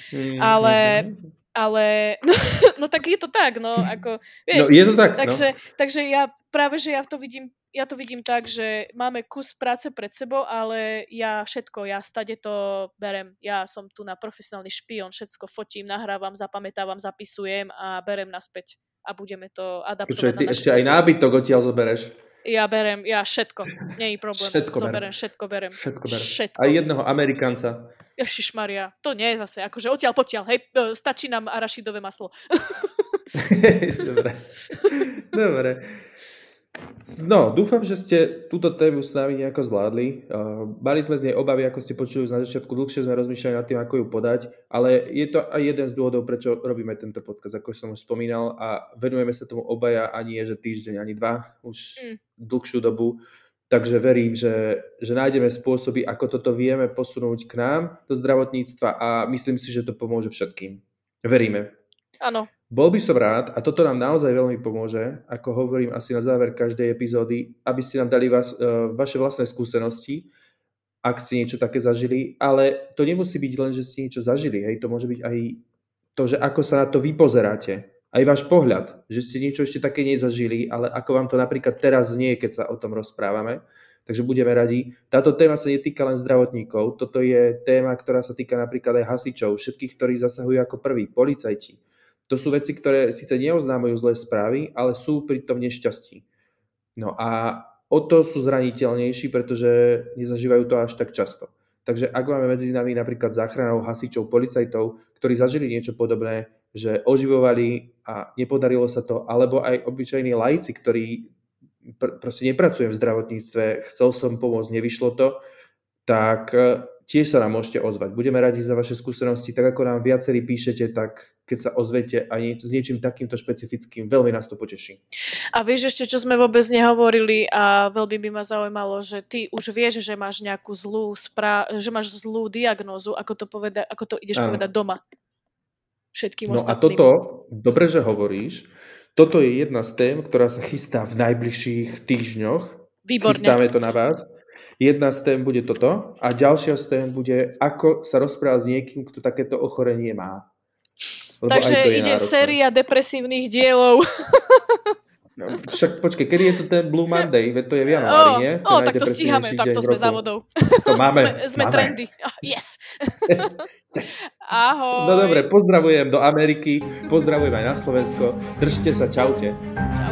Ale no tak je to tak, no ako, vieš. No je to tak, takže ja práve, že ja to vidím tak, že máme kus práce pred sebou, ale ja stade to berem. Ja som tu na profesionálny špión, všetko fotím, nahrávam, zapamätávam, zapisujem a berem naspäť. A budeme to adaptovať. Počuaj, ty ešte aj nábytok odtiaľ zobereš. Ja berem, všetko. Nie je problém. Všetko berem. Aj jedného Amerikanca. Ježišmaria, to nie je zase, akože odtiaľ potiaľ, hej, stačí nám arašidové maslo. Dobre. No, dúfam, že ste túto tému s nami nejako zvládli. Mali sme z nej obavy, ako ste počuli na začiatku, dlhšie sme rozmýšľali nad tým, ako ju podať, ale je to aj jeden z dôvodov, prečo robíme tento podcast, ako som už spomínal, a venujeme sa tomu obaja, ani je, že týždeň, ani dva, už dlhšiu dobu. Takže verím, že nájdeme spôsoby, ako toto vieme posunúť k nám do zdravotníctva a myslím si, že to pomôže všetkým. Veríme. Áno. Bol by som rád, a toto nám naozaj veľmi pomôže, ako hovorím asi na záver každej epizódy, aby ste nám dali vaše vlastné skúsenosti, ak ste niečo také zažili, ale to nemusí byť len, že ste niečo zažili, hej, to môže byť aj to, že ako sa na to vy pozeráte, aj váš pohľad, že ste niečo ešte také nezažili, ale ako vám to napríklad teraz znie, keď sa o tom rozprávame. Takže budeme radi. Táto téma sa netýka len zdravotníkov, toto je téma, ktorá sa týka napríklad aj hasičov, všetkých, ktorí zasahujú ako prví, policajti. To sú veci, ktoré síce neoznámujú zlé správy, ale sú pri tom nešťastí. No a o to sú zraniteľnejší, pretože nezažívajú to až tak často. Takže ak máme medzi nami napríklad záchranárov, hasičov, policajtov, ktorí zažili niečo podobné, že oživovali a nepodarilo sa to, alebo aj obyčajní laici, ktorí proste nepracujem v zdravotníctve, chcel som pomôcť, nevyšlo to, tak tiež sa nám môžete ozvať. Budeme radi za vaše skúsenosti, tak ako nám viacerí píšete, tak keď sa ozvete a s niečím takýmto špecifickým, veľmi nás to poteší. A vieš ešte, čo sme vôbec nehovorili a veľmi by ma zaujímalo, že ty už vieš, že máš nejakú že máš zlú diagnózu, ako to ideš povedať doma všetkým ostatným. No a toto, dobre, že hovoríš, toto je jedna z tém, ktorá sa chystá v najbližších týždňoch. Výborne. Chystáme to na vás. Jedna z tém bude toto a ďalšia z tém bude, ako sa rozprávať s niekým, kto takéto ochorenie má. Lebo takže ide náročné. Séria depresívnych dielov. No, však počkej, kedy je to ten Blue Monday? Veď to je v januári, nie? Tak to stíhame, takto sme závodou. To máme. sme trendy. Yes. Ahoj. No dobre, pozdravujem do Ameriky, pozdravujem aj na Slovensko. Držte sa, čaute. Čau.